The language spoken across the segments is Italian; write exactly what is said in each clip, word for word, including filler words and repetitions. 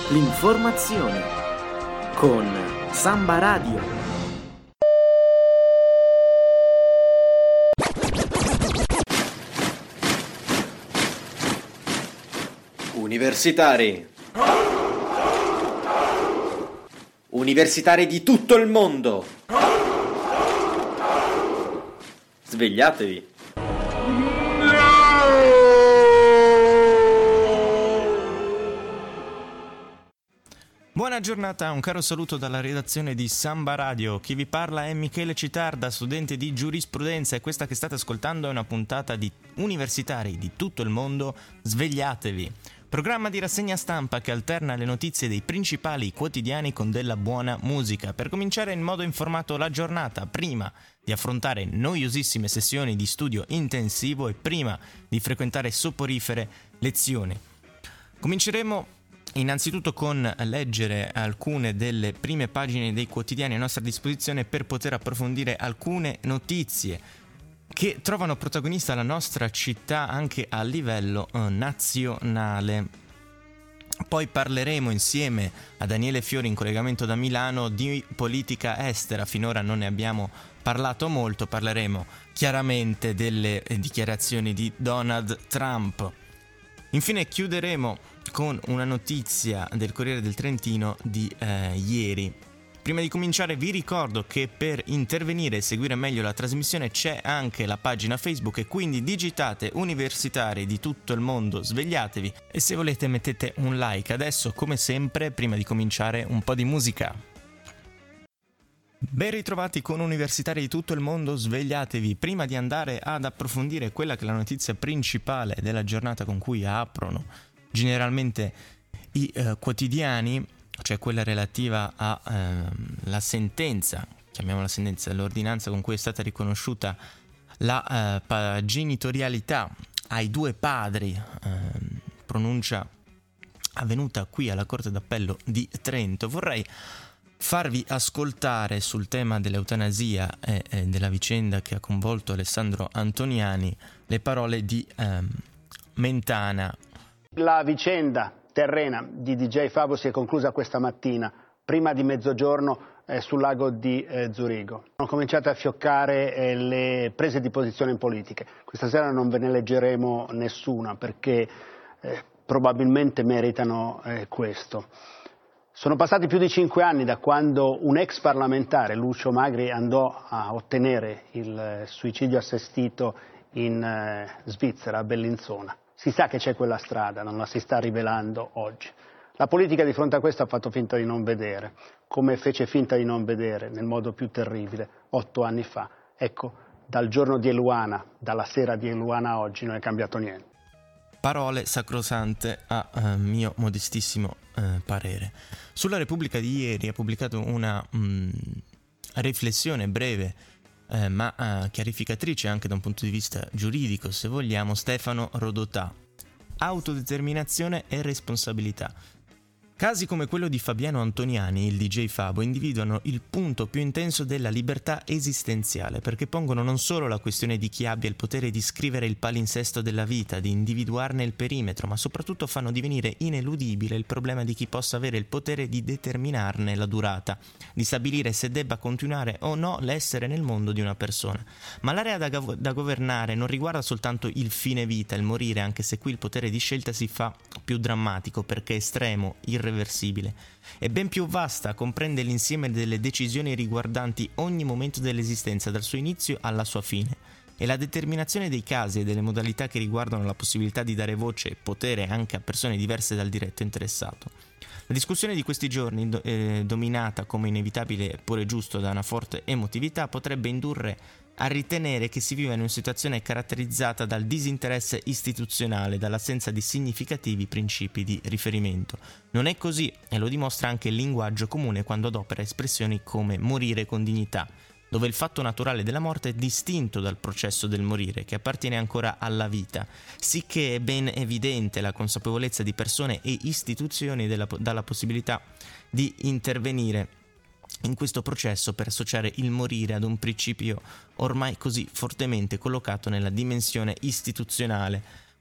l'informazione con Samba Radio. Universitari. Universitari di tutto il mondo. Svegliatevi. Buona giornata, un caro saluto dalla redazione di Samba Radio. Chi vi parla è Michele Citarda, studente di giurisprudenza, e questa che state ascoltando è una puntata di Universitari di tutto il mondo. Svegliatevi. Programma di rassegna stampa che alterna le notizie dei principali quotidiani con della buona musica, per cominciare in modo informato la giornata, prima di affrontare noiosissime sessioni di studio intensivo e prima di frequentare soporifere lezioni. Cominceremo innanzitutto con leggere alcune delle prime pagine dei quotidiani a nostra disposizione per poter approfondire alcune notizie che trovano protagonista la nostra città anche a livello eh, nazionale. Poi parleremo insieme a Daniele Fiori in collegamento da Milano di politica estera. Finora non ne abbiamo parlato molto, parleremo chiaramente delle eh, dichiarazioni di Donald Trump. Infine chiuderemo con una notizia del Corriere del Trentino di eh, ieri. Prima di cominciare vi ricordo che per intervenire e seguire meglio la trasmissione c'è anche la pagina Facebook, e quindi digitate Universitari di tutto il mondo, svegliatevi, e se volete mettete un like. Adesso, come sempre, prima di cominciare, un po' di musica. Ben ritrovati con Universitari di tutto il mondo, svegliatevi. Prima di andare ad approfondire quella che è la notizia principale della giornata con cui aprono generalmente i eh, quotidiani, cioè quella relativa alla eh, sentenza, chiamiamola sentenza, l'ordinanza con cui è stata riconosciuta la eh, genitorialità ai due padri, eh, pronuncia avvenuta qui alla Corte d'Appello di Trento. Vorrei farvi ascoltare sul tema dell'eutanasia e, e della vicenda che ha coinvolto Alessandro Antoniani le parole di eh, Mentana. La vicenda terrena di D J Fabo si è conclusa questa mattina, prima di mezzogiorno, eh, sul lago di eh, Zurigo. Sono cominciate a fioccare eh, le prese di posizione politiche. Questa sera non ve ne leggeremo nessuna perché eh, probabilmente meritano eh, questo. Sono passati più di cinque anni da quando un ex parlamentare, Lucio Magri, andò a ottenere il eh, suicidio assistito in eh, Svizzera, a Bellinzona. Si sa che c'è quella strada, non la si sta rivelando oggi. La politica di fronte a questo ha fatto finta di non vedere, come fece finta di non vedere nel modo più terribile otto anni fa. Ecco, dal giorno di Eluana, dalla sera di Eluana a oggi non è cambiato niente. Parole sacrosante a eh, mio modestissimo eh, parere. Sulla Repubblica di ieri ha pubblicato una mh, riflessione breve Eh, ma eh, chiarificatrice anche da un punto di vista giuridico, se vogliamo, Stefano Rodotà. Autodeterminazione e responsabilità. Casi come quello di Fabiano Antoniani, il D J Fabo, individuano il punto più intenso della libertà esistenziale, perché pongono non solo la questione di chi abbia il potere di scrivere il palinsesto della vita, di individuarne il perimetro, ma soprattutto fanno divenire ineludibile il problema di chi possa avere il potere di determinarne la durata, di stabilire se debba continuare o no l'essere nel mondo di una persona. Ma l'area da, gov- da governare non riguarda soltanto il fine vita, il morire, anche se qui il potere di scelta si fa più drammatico perché estremo, irreversibile. È ben più vasta, comprende l'insieme delle decisioni riguardanti ogni momento dell'esistenza, dal suo inizio alla sua fine, e la determinazione dei casi e delle modalità che riguardano la possibilità di dare voce e potere anche a persone diverse dal diretto interessato. La discussione di questi giorni, do, eh, dominata come inevitabile e pure giusto da una forte emotività, potrebbe indurre a ritenere che si vive in una situazione caratterizzata dal disinteresse istituzionale, dall'assenza di significativi principi di riferimento. Non è così, e lo dimostra anche il linguaggio comune quando adopera espressioni come morire con dignità, dove il fatto naturale della morte è distinto dal processo del morire, che appartiene ancora alla vita, sicché è ben evidente la consapevolezza di persone e istituzioni della, dalla possibilità di intervenire in questo processo per associare il morire ad un principio ormai così fortemente collocato nella dimensione istituzionale,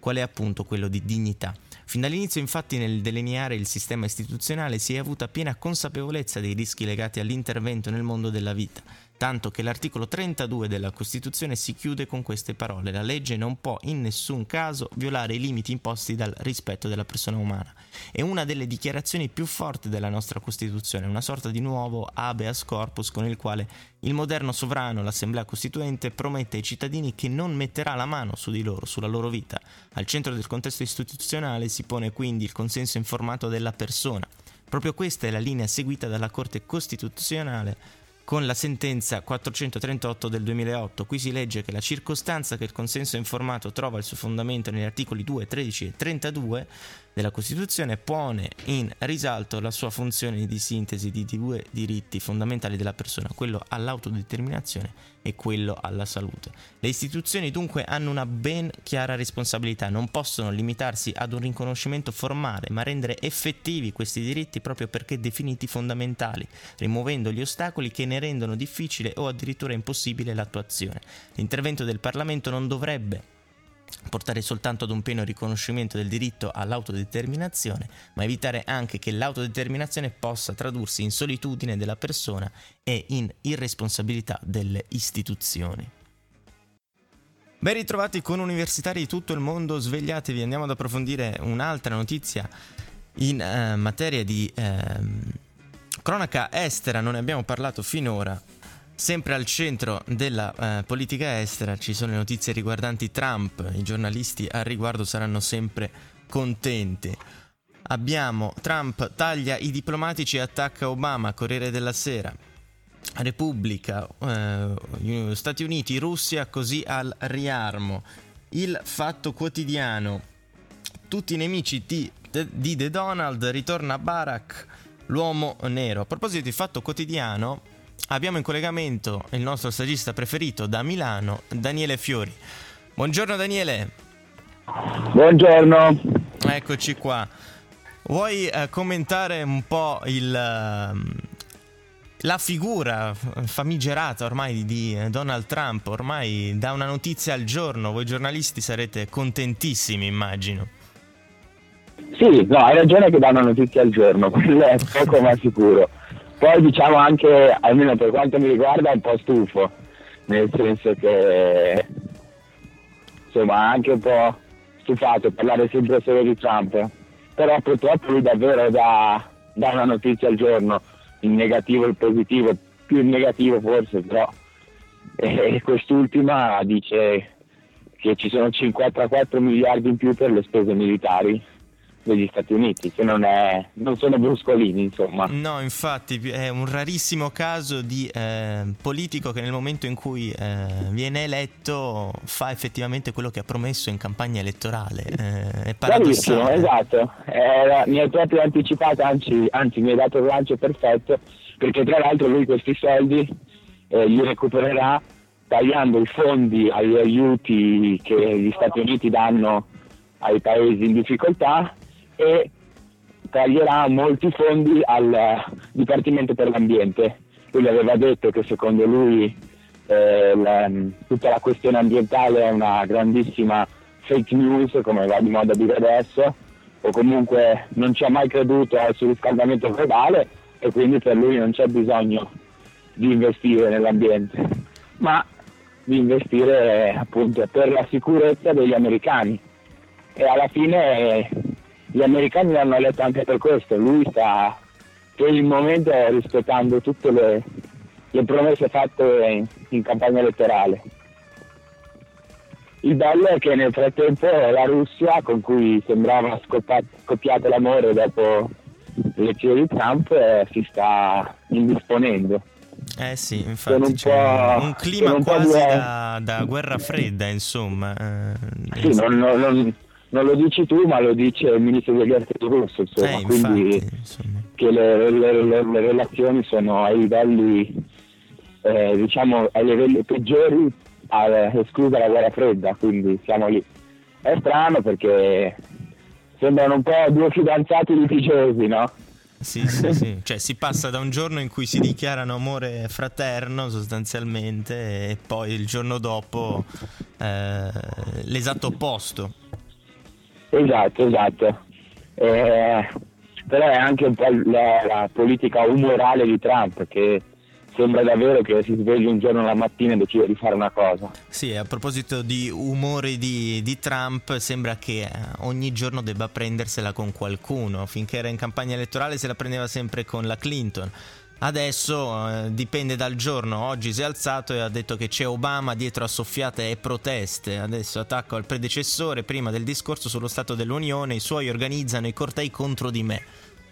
qual è appunto quello di dignità. Fin dall'inizio, infatti, nel delineare il sistema istituzionale si è avuta piena consapevolezza dei rischi legati all'intervento nel mondo della vita, tanto che l'articolo trentadue della Costituzione si chiude con queste parole: la legge non può in nessun caso violare i limiti imposti dal rispetto della persona umana. È una delle dichiarazioni più forti della nostra Costituzione, una sorta di nuovo habeas corpus con il quale il moderno sovrano, l'Assemblea Costituente, promette ai cittadini che non metterà la mano su di loro, sulla loro vita. Al centro del contesto istituzionale si pone quindi il consenso informato della persona. Proprio questa è la linea seguita dalla Corte Costituzionale con la sentenza quattrocentotrentotto del duemilaotto. Qui si legge che la circostanza che il consenso informato trova il suo fondamento negli articoli due, tredici e trentadue della Costituzione pone in risalto la sua funzione di sintesi di due diritti fondamentali della persona, quello all'autodeterminazione e quello alla salute. Le istituzioni dunque hanno una ben chiara responsabilità, non possono limitarsi ad un riconoscimento formale, ma rendere effettivi questi diritti proprio perché definiti fondamentali, rimuovendo gli ostacoli che ne rendono difficile o addirittura impossibile l'attuazione. L'intervento del Parlamento non dovrebbe portare soltanto ad un pieno riconoscimento del diritto all'autodeterminazione, ma evitare anche che l'autodeterminazione possa tradursi in solitudine della persona e in irresponsabilità delle istituzioni. Ben ritrovati con universitari di tutto il mondo, svegliatevi, andiamo ad approfondire un'altra notizia in eh, materia di eh, cronaca estera. Non ne abbiamo parlato finora. Sempre al centro della eh, politica estera ci sono le notizie riguardanti Trump. I giornalisti al riguardo saranno sempre contenti. Abbiamo Trump taglia i diplomatici e attacca Obama, Corriere della Sera. Repubblica, eh, Stati Uniti, Russia così al riarmo. Il Fatto Quotidiano, tutti i nemici di, di The Donald, ritorna Barack, l'uomo nero. A proposito di Fatto Quotidiano, abbiamo in collegamento il nostro saggista preferito da Milano, Daniele Fiori. Buongiorno Daniele. Buongiorno. Eccoci qua. Vuoi eh, commentare un po' il, uh, la figura famigerata ormai di Donald Trump? Ormai dà una notizia al giorno, voi giornalisti sarete contentissimi, immagino. Sì, no, hai ragione che dà una notizia al giorno, quello è poco ma sicuro. Poi diciamo anche, almeno per quanto mi riguarda, un po' stufo, nel senso che insomma anche un po' stufato parlare sempre solo di Trump, però purtroppo lui davvero dà, dà una notizia al giorno, il negativo e il positivo, più il negativo forse, però e quest'ultima dice che ci sono cinquantaquattro miliardi in più per le spese militari degli Stati Uniti, che non è non sono bruscolini, insomma. No, infatti è un rarissimo caso di eh, politico che nel momento in cui eh, viene eletto fa effettivamente quello che ha promesso in campagna elettorale. Eh, è paradossale. Esatto, eh, mi hai proprio anticipato, anzi, anzi mi hai dato il lancio perfetto, perché tra l'altro lui questi soldi eh, li recupererà tagliando i fondi agli aiuti che gli Stati Uniti danno ai paesi in difficoltà e taglierà molti fondi al Dipartimento per l'Ambiente. Lui aveva detto che secondo lui eh, la, tutta la questione ambientale è una grandissima fake news, come va di moda dire adesso, o comunque non ci ha mai creduto al surriscaldamento globale e quindi per lui non c'è bisogno di investire nell'ambiente, ma di investire appunto per la sicurezza degli americani. E alla fine gli americani l'hanno eletto anche per questo. Lui sta per il momento rispettando tutte le, le promesse fatte in, in campagna elettorale. Il bello è che nel frattempo la Russia, con cui sembrava scoppiato, scoppiato l'amore dopo l'elezione di Trump, eh, si sta indisponendo. Eh sì, infatti un, c'è po', un clima un quasi di... da, da guerra fredda, insomma. Eh, sì, non, non, non, non lo dici tu, ma lo dice il ministro degli esteri russo, insomma, eh, quindi infatti, insomma. Che le, le, le, le relazioni sono ai livelli, eh, diciamo, ai livelli peggiori, a, esclusa la guerra fredda, quindi siamo lì. È strano perché sembrano un po' due fidanzati litigiosi, no? Sì, sì, sì, cioè si passa da un giorno in cui si dichiarano amore fraterno sostanzialmente e poi il giorno dopo eh, l'esatto opposto. Esatto, esatto. Eh, però è anche un po' la, la politica umorale di Trump, che sembra davvero che si svegli un giorno la mattina e decide di fare una cosa. Sì, a proposito di umore di, di Trump, sembra che ogni giorno debba prendersela con qualcuno. Finché era in campagna elettorale se la prendeva sempre con la Clinton. Adesso eh, dipende dal giorno. Oggi si è alzato e ha detto che c'è Obama dietro a soffiate e proteste. Adesso attacco al predecessore. Prima del discorso sullo Stato dell'Unione, i suoi organizzano i cortei contro di me.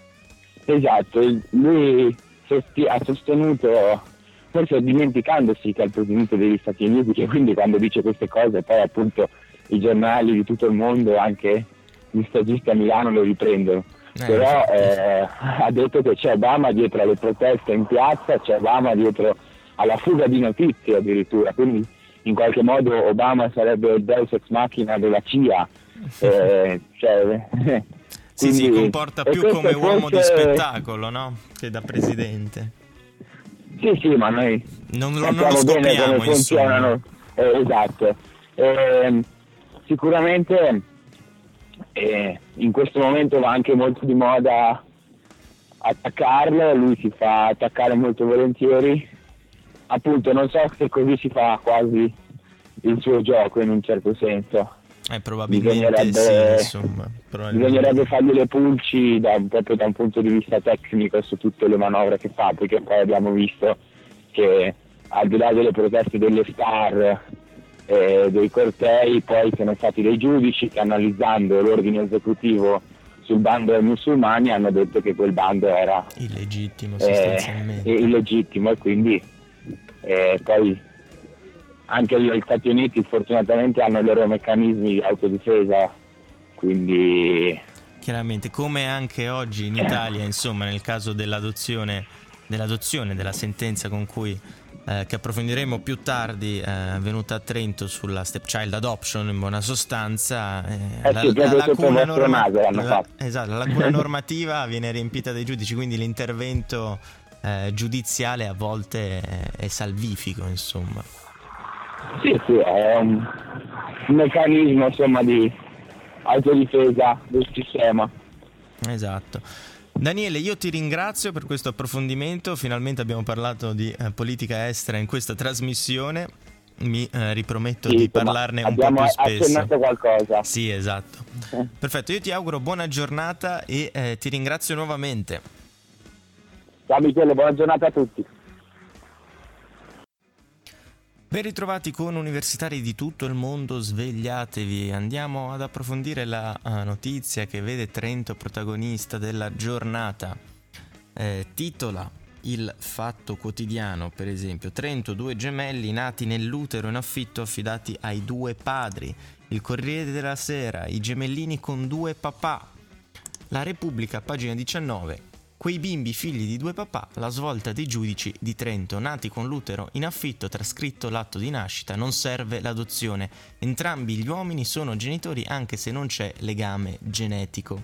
Esatto, lui ha sostenuto, forse dimenticandosi che è il presidente degli Stati Uniti, che quindi quando dice queste cose poi appunto i giornali di tutto il mondo, anche gli stagisti a Milano, lo riprendono. Eh, però eh, ha detto che c'è Obama dietro alle proteste in piazza, c'è Obama dietro alla fuga di notizie addirittura, quindi in qualche modo Obama sarebbe il Deus ex machina della C I A. Eh, cioè, sì, quindi, si comporta più come uomo forse... di spettacolo, no? Che da presidente. Sì, sì, ma noi non, non lo scopriamo, bene come funzionano. Eh, esatto. Eh, sicuramente eh, in questo momento va anche molto di moda attaccarlo, lui si fa attaccare molto volentieri. Appunto, non so se così si fa quasi il suo gioco in un certo senso. Eh, probabilmente sì, insomma, probabilmente. Bisognerebbe fargli le pulci da, proprio da un punto di vista tecnico su tutte le manovre che fa, perché poi abbiamo visto che al di là delle proteste delle star, eh, dei cortei, poi sono stati dei giudici che, analizzando l'ordine esecutivo sul bando dei musulmani, hanno detto che quel bando era illegittimo sostanzialmente. Eh, illegittimo e quindi eh, poi anche gli Stati Uniti fortunatamente hanno i loro meccanismi di autodifesa, quindi chiaramente, come anche oggi in Italia, insomma, nel caso dell'adozione dell'adozione della sentenza con cui eh, che approfondiremo più tardi, è eh, venuta a Trento sulla stepchild adoption, in buona sostanza eh, eh la, sì, la, lacuna norma- la, esatto, la lacuna normativa viene riempita dai giudici, quindi l'intervento eh, giudiziale a volte è, è salvifico, insomma. Sì, sì, è un, un meccanismo, insomma, di autodifesa del sistema. Esatto. Daniele, io ti ringrazio per questo approfondimento. Finalmente abbiamo parlato di eh, politica estera in questa trasmissione. Mi eh, riprometto sì, di parlarne un po' più spesso. Abbiamo accennato qualcosa. Sì, esatto. Eh. Perfetto, io ti auguro buona giornata e eh, ti ringrazio nuovamente. Ciao Michele, buona giornata a tutti. Ben ritrovati con universitari di tutto il mondo, svegliatevi, andiamo ad approfondire la uh, notizia che vede Trento protagonista della giornata. Eh, titola Il Fatto Quotidiano, per esempio: Trento, due gemelli nati nell'utero in affitto affidati ai due padri. Il Corriere della Sera, i gemellini con due papà. La Repubblica, pagina diciannove. Quei bimbi figli di due papà, la svolta dei giudici di Trento, nati con l'utero in affitto, trascritto l'atto di nascita, non serve l'adozione. Entrambi gli uomini sono genitori anche se non c'è legame genetico.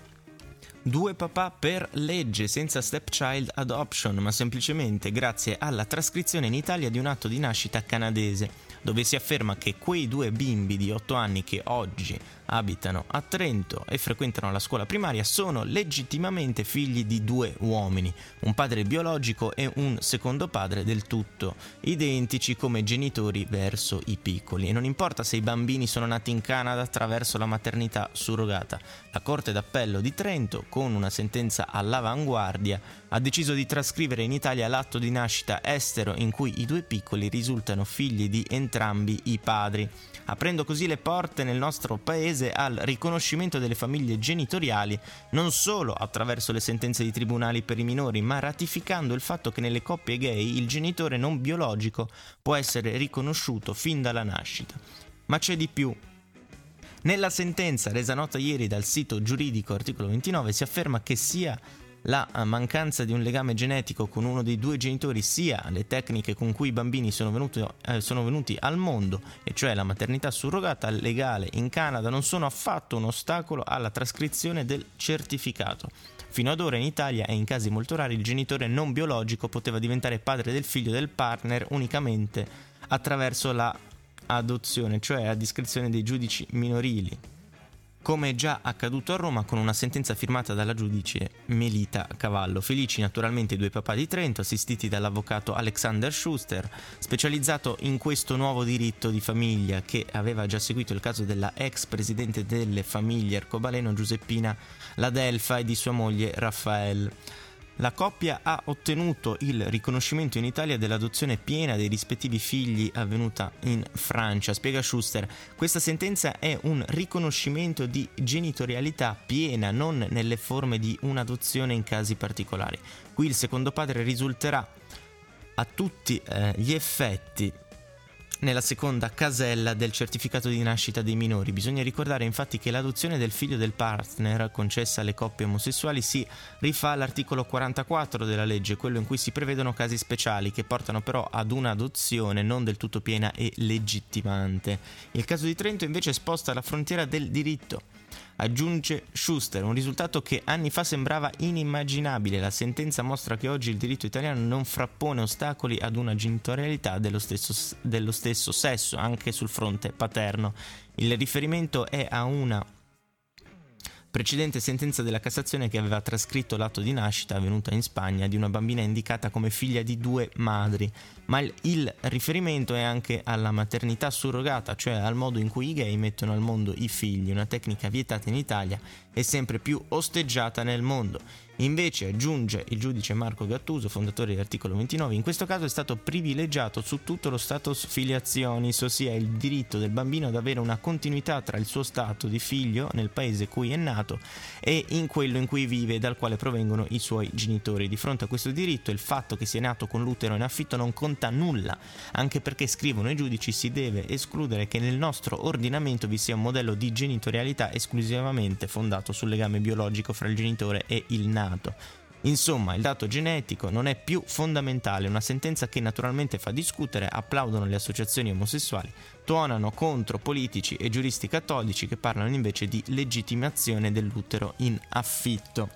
Due papà per legge, senza stepchild adoption, ma semplicemente grazie alla trascrizione in Italia di un atto di nascita canadese, dove si afferma che quei due bimbi di otto anni che oggi abitano a Trento e frequentano la scuola primaria sono legittimamente figli di due uomini, un padre biologico e un secondo padre del tutto identici come genitori verso i piccoli. E non importa se i bambini sono nati in Canada attraverso la maternità surrogata. La Corte d'Appello di Trento, con una sentenza all'avanguardia, ha deciso di trascrivere in Italia l'atto di nascita estero in cui i due piccoli risultano figli di entrambi i padri, aprendo così le porte nel nostro paese al riconoscimento delle famiglie genitoriali non solo attraverso le sentenze di tribunali per i minori, ma ratificando il fatto che nelle coppie gay il genitore non biologico può essere riconosciuto fin dalla nascita. Ma c'è di più. Nella sentenza resa nota ieri dal sito giuridico articolo ventinove si afferma che sia la mancanza di un legame genetico con uno dei due genitori sia le tecniche con cui i bambini sono venuti, eh, sono venuti al mondo, e cioè la maternità surrogata legale in Canada, non sono affatto un ostacolo alla trascrizione del certificato. Fino ad ora in Italia e in casi molto rari il genitore non biologico poteva diventare padre del figlio del partner unicamente attraverso la adozione, cioè a discrezione dei giudici minorili. come già accaduto a Roma con una sentenza firmata dalla giudice Melita Cavallo. Felici naturalmente i due papà di Trento, assistiti dall'avvocato Alexander Schuster, specializzato in questo nuovo diritto di famiglia che aveva già seguito il caso della ex presidente delle famiglie arcobaleno Giuseppina Ladelfa e di sua moglie Raffaele. La coppia ha ottenuto il riconoscimento in Italia dell'adozione piena dei rispettivi figli avvenuta in Francia. Spiega Schuster, questa sentenza è un riconoscimento di genitorialità piena, non nelle forme di un'adozione in casi particolari. Qui il secondo padre risulterà a tutti eh, gli effetti nella seconda casella del certificato di nascita dei minori. Bisogna ricordare infatti che l'adozione del figlio del partner concessa alle coppie omosessuali si rifà all'articolo quarantaquattro della legge, quello in cui si prevedono casi speciali che portano però ad un'adozione non del tutto piena e legittimante. Il caso di Trento invece sposta la frontiera del diritto. Aggiunge Schuster, un risultato che anni fa sembrava inimmaginabile. La sentenza mostra che oggi il diritto italiano non frappone ostacoli ad una genitorialità dello stesso, dello stesso sesso, anche sul fronte paterno. Il riferimento è a una precedente sentenza della Cassazione che aveva trascritto l'atto di nascita avvenuta in Spagna di una bambina indicata come figlia di due madri, ma il, il riferimento è anche alla maternità surrogata, cioè al modo in cui i gay mettono al mondo i figli, una tecnica vietata in Italia e sempre più osteggiata nel mondo. Invece, aggiunge il giudice Marco Gattuso, fondatore dell'articolo ventinove, in questo caso è stato privilegiato su tutto lo status filiationis, ossia il diritto del bambino ad avere una continuità tra il suo stato di figlio nel paese cui è nato e in quello in cui vive e dal quale provengono i suoi genitori. Di fronte a questo diritto, il fatto che sia nato con l'utero in affitto non conta nulla, anche perché, scrivono i giudici, si deve escludere che nel nostro ordinamento vi sia un modello di genitorialità esclusivamente fondato sul legame biologico fra il genitore e il nato. Insomma, il dato genetico non è più fondamentale, una sentenza che naturalmente fa discutere, applaudono le associazioni omosessuali, tuonano contro politici e giuristi cattolici che parlano invece di legittimazione dell'utero in affitto.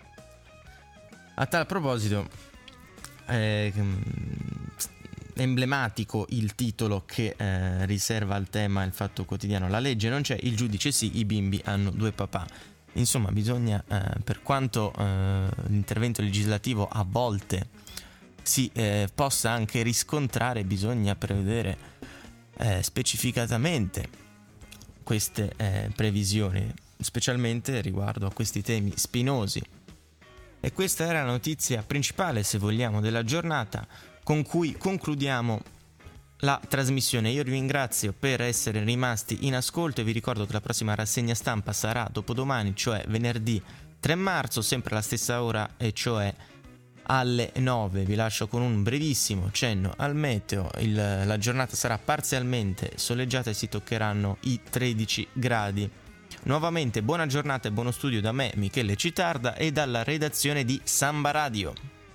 A tal proposito, è emblematico il titolo che eh, riserva al tema Il Fatto Quotidiano: la legge non c'è, il giudice sì, i bimbi hanno due papà. Insomma, bisogna, eh, per quanto eh, l'intervento legislativo a volte si eh, possa anche riscontrare, bisogna prevedere eh, specificatamente queste eh, previsioni, specialmente riguardo a questi temi spinosi. E questa era la notizia principale, se vogliamo, della giornata, con cui concludiamo la trasmissione. Io vi ringrazio per essere rimasti in ascolto e vi ricordo che la prossima rassegna stampa sarà dopodomani, cioè venerdì tre marzo, sempre alla stessa ora, e cioè alle nove. Vi lascio con un brevissimo cenno al meteo. Il, la giornata sarà parzialmente soleggiata e si toccheranno i tredici gradi. Nuovamente buona giornata e buono studio da me, Michele Citarda, e dalla redazione di Samba Radio.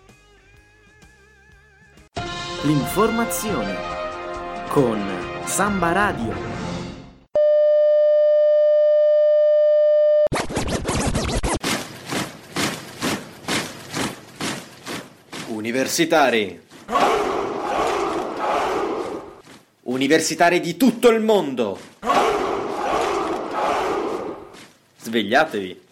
L'informazione con Samba Radio. Universitari. Universitari di tutto il mondo. Svegliatevi.